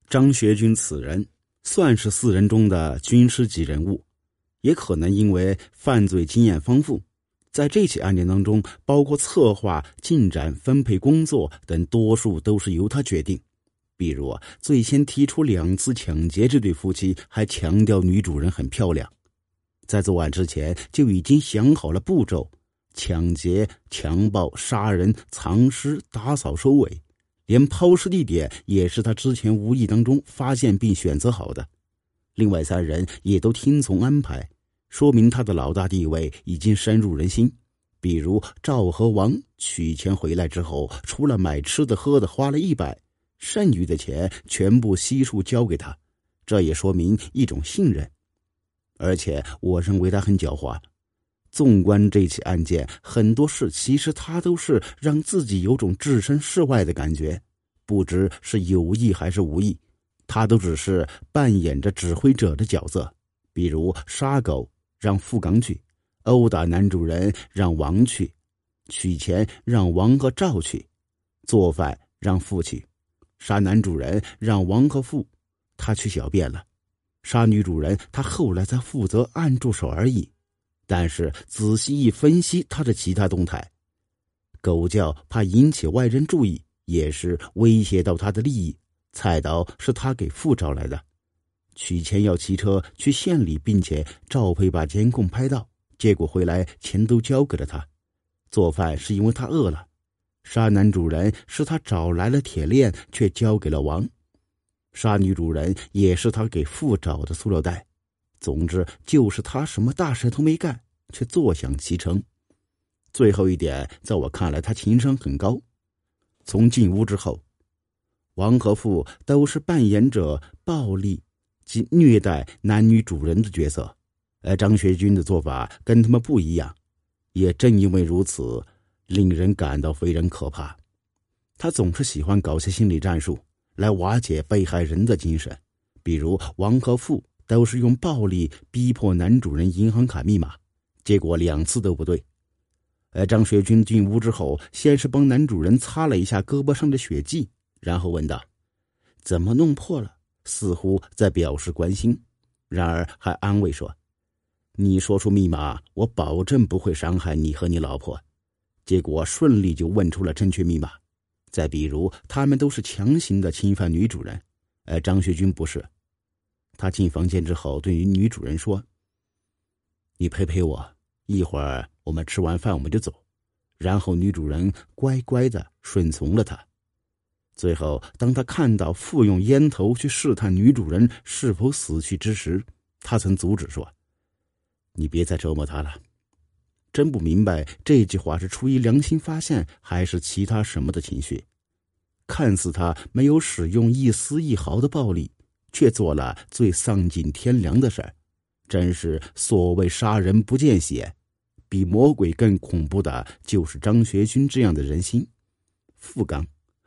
张学军此人算是四人中的军师级人物，也可能因为犯罪经验丰富，在这起案件当中，包括策划、进展、分配工作等，多数都是由他决定。比如最先提出2次抢劫这对夫妻，还强调女主人很漂亮。在作案之前就已经想好了步骤：抢劫、强暴、杀人、藏尸、打扫、收尾，连抛尸地点也是他之前无意当中发现并选择好的。另外3人也都听从安排，说明他的老大地位已经深入人心。比如赵和王取钱回来之后，除了买吃的喝的花了100，剩余的钱全部悉数交给他，这也说明一种信任。而且我认为他很狡猾，纵观这起案件，很多事其实他都是让自己有种置身事外的感觉，不知是有意还是无意，他都只是扮演着指挥者的角色。比如杀狗让富刚去，殴打男主人让王去，取钱让王和赵去，做饭让富去，杀男主人让王和富他去小便了，杀女主人他后来才负责按住手而已。但是仔细一分析他的其他动态，狗叫怕引起外人注意，也是威胁到他的利益。菜刀是他给富找来的，取钱要骑车去县里，并且赵佩把监控拍到，结果回来钱都交给了他。做饭是因为他饿了，杀男主人是他找来了铁链却交给了王，杀女主人也是他给富找的塑料袋。总之就是他什么大事都没干，却坐享其成。最后一点，在我看来他情商很高。从进屋之后，王和富都是扮演着暴力及虐待男女主人的角色，而张学军的做法跟他们不一样，也正因为如此，令人感到非常可怕。他总是喜欢搞些心理战术来瓦解被害人的精神，比如王和富都是用暴力逼迫男主人银行卡密码，结果2次都不对。而张学军进屋之后，先是帮男主人擦了一下胳膊上的血迹，然后问道：怎么弄破了？似乎在表示关心，然而还安慰说：你说出密码，我保证不会伤害你和你老婆。结果顺利就问出了正确密码。再比如他们都是强行的侵犯女主人，而张学军不是。他进房间之后对于女主人说：你陪陪我，一会儿我们吃完饭我们就走。然后女主人乖乖的顺从了他。最后当他看到富用烟头去试探女主人是否死去之时，他曾阻止说：你别再折磨他了。真不明白这句话是出于良心发现还是其他什么的情绪。看似他没有使用一丝一毫的暴力，却做了最丧尽天良的事儿，真是所谓杀人不见血。比魔鬼更恐怖的就是张学军这样的人心。富刚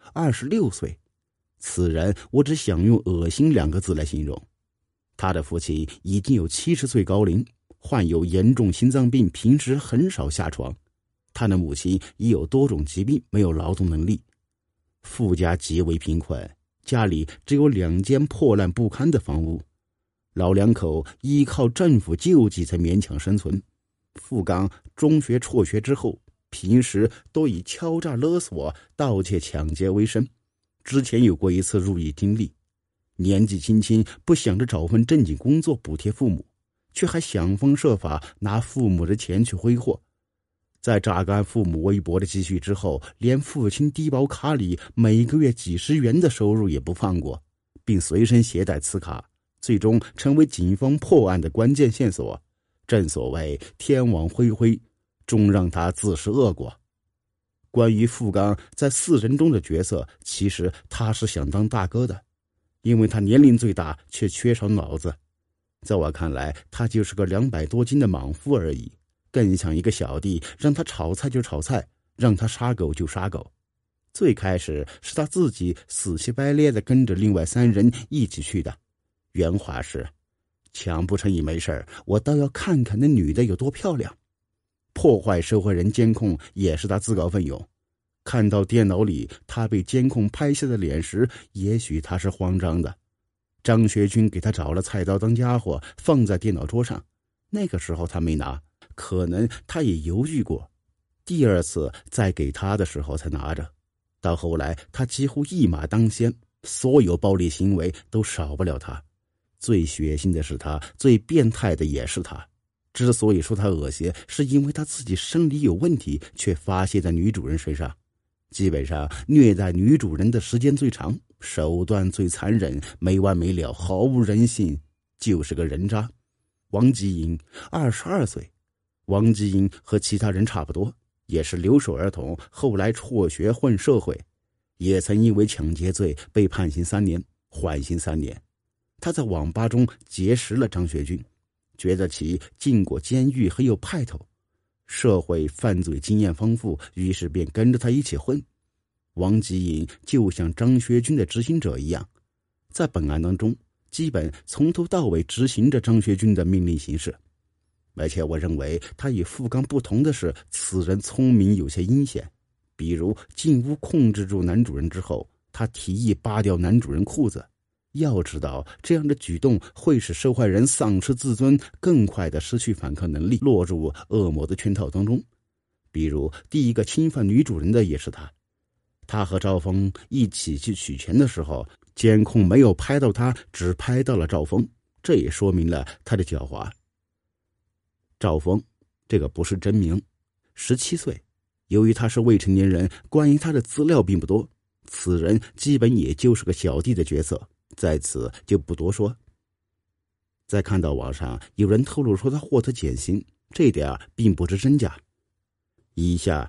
26岁，此人我只想用恶心2个字来形容。他的父亲已经有70岁高龄，患有严重心脏病，平时很少下床。他的母亲已有多种疾病，没有劳动能力。富家极为贫困，家里只有2间破烂不堪的房屋，老两口依靠政府救济才勉强生存。富刚中学辍学之后，平时都以敲诈勒索、盗窃抢劫为生。之前有过一次入狱经历，年纪轻轻不想着找份正经工作补贴父母，却还想方设法拿父母的钱去挥霍。在榨干父母微薄的积蓄之后，连父亲低保卡里每个月几十元的收入也不放过，并随身携带磁卡，最终成为警方破案的关键线索。正所谓天网恢恢，终让他自食恶果。关于富刚在4人中的角色，其实他是想当大哥的，因为他年龄最大，却缺少脑子。在我看来，他就是个200多斤的莽夫而已，更像一个小弟，让他炒菜就炒菜，让他杀狗就杀狗。最开始是他自己死乞白赖的跟着另外3人一起去的，原话是：抢不成也没事，我倒要看看那女的有多漂亮。破坏受害人监控也是他自告奋勇。看到电脑里他被监控拍下的脸时，也许他是慌张的， 张学军给他找了菜刀当家伙，放在电脑桌上。那个时候他没拿，可能他也犹豫过。第二次再给他的时候才拿着。到后来他几乎一马当先，所有暴力行为都少不了他。最血腥的是他，最变态的也是他。之所以说他恶心，是因为他自己生理有问题，却发泄在女主人身上。基本上虐待女主人的时间最长，手段最残忍，没完没了，毫无人性，就是个人渣。王吉英22岁，王吉英和其他人差不多，也是留守儿童，后来辍学混社会，也曾因为抢劫罪被判刑3年，缓刑3年。他在网吧中结识了张学军，觉得其进过监狱很有派头，社会犯罪经验丰富，于是便跟着他一起混。王吉英就像张学军的执行者一样，在本案当中基本从头到尾执行着张学军的命令行事。而且我认为他与富刚不同的是，此人聪明有些阴险。比如进屋控制住男主人之后，他提议扒掉男主人裤子。要知道这样的举动会使受害人丧失自尊，更快地失去反抗能力，落入恶魔的圈套当中。比如第一个侵犯女主人的也是他。他和赵峰一起去取钱的时候，监控没有拍到他，只拍到了赵峰，这也说明了他的狡猾。赵峰这个不是真名，17岁，由于他是未成年人，关于他的资料并不多，此人基本也就是个小弟的角色，在此就不多说。再看到网上有人透露说他获得减刑，这点并不知真假。以下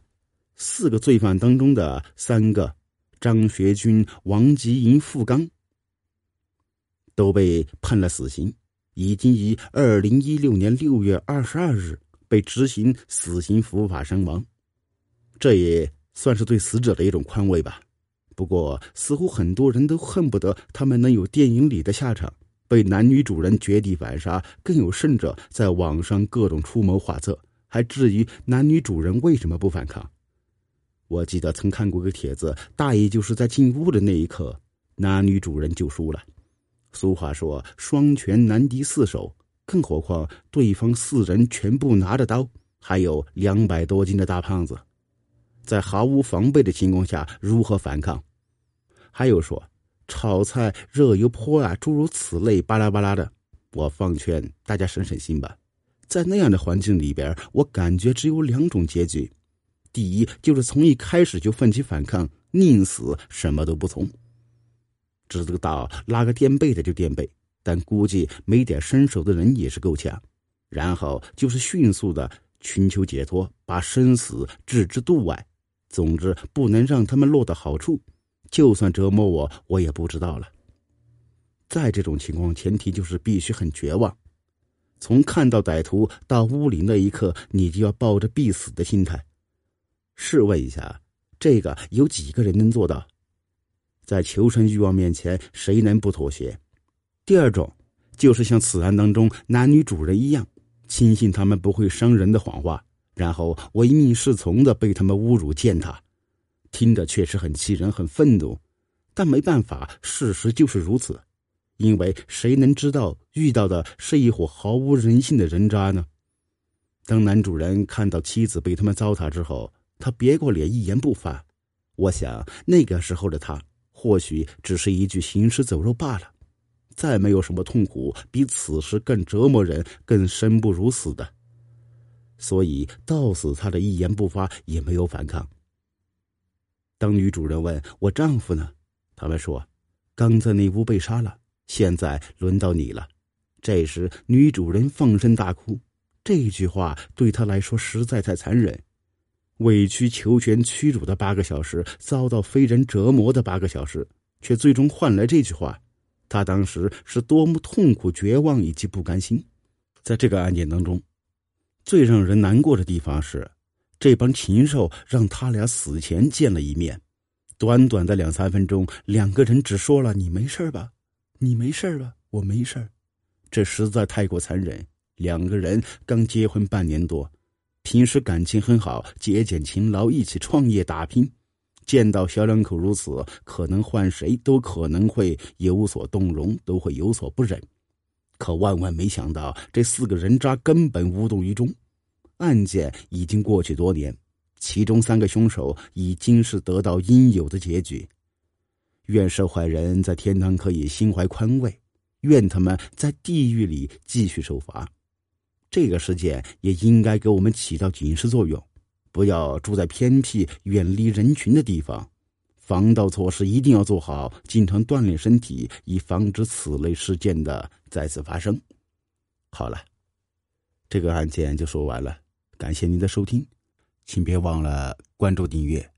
4个罪犯当中的3个，张学军、王吉英、富刚，都被判了死刑，已经于2016年6月22日被执行死刑伏法身亡。这也算是对死者的一种宽慰吧。不过似乎很多人都恨不得他们能有电影里的下场，被男女主人绝地反杀，更有甚者在网上各种出谋划策，还质疑男女主人为什么不反抗。我记得曾看过个帖子，大意就是在进屋的那一刻，男女主人就输了。俗话说双拳难敌4手，更何况对方4人全部拿着刀，还有200多斤的大胖子，在毫无防备的情况下如何反抗？还有说炒菜热油泼啊，诸如此类巴拉巴拉的，我奉劝大家省省心吧。在那样的环境里边，我感觉只有2种结局。第一，就是从一开始就奋起反抗，宁死什么都不从。知道拉个垫背的就垫背，但估计没点身手的人也是够呛。然后就是迅速的寻求解脱，把生死置之度外。总之不能让他们落到好处，就算折磨我，我也不知道了。在这种情况，前提就是必须很绝望。从看到歹徒到屋里那一刻，你就要抱着必死的心态。试问一下，这个有几个人能做到？在求生欲望面前，谁能不妥协？第二种，就是像此案当中男女主人一样，轻信他们不会伤人的谎话，然后唯命是从的被他们侮辱践踏。听着确实很气人，很愤怒，但没办法，事实就是如此。因为谁能知道遇到的是一伙毫无人性的人渣呢？当男主人看到妻子被他们糟蹋之后，他别过脸一言不发。我想那个时候的他或许只是一具行尸走肉罢了，再没有什么痛苦比此时更折磨人，更生不如死的。所以到死他的一言不发，也没有反抗。当女主人问我丈夫呢，他们说刚在那屋被杀了，现在轮到你了。这时女主人放声大哭，这句话对她来说实在太残忍。委曲求全屈辱的8个小时，遭到非人折磨的8个小时，却最终换来这句话，她当时是多么痛苦、绝望以及不甘心。在这个案件当中，最让人难过的地方是，这帮禽兽让他俩死前见了一面，短短的2-3分钟，2个人只说了你没事吧，你没事吧，我没事。这实在太过残忍。2个人刚结婚半年多，平时感情很好，节俭勤劳，一起创业打拼， 见到小两口如此，可能换谁都可能会有所动容，都会有所不忍。可万万没想到，这4个人渣根本无动于衷。案件已经过去多年，其中3个凶手已经是得到应有的结局。愿受害人在天堂可以心怀宽慰，愿他们在地狱里继续受罚。这个事件也应该给我们起到警示作用，不要住在偏僻远离人群的地方，防盗措施一定要做好，经常锻炼身体，以防止此类事件的再次发生。好了，这个案件就说完了，感谢您的收听，请别忘了关注订阅。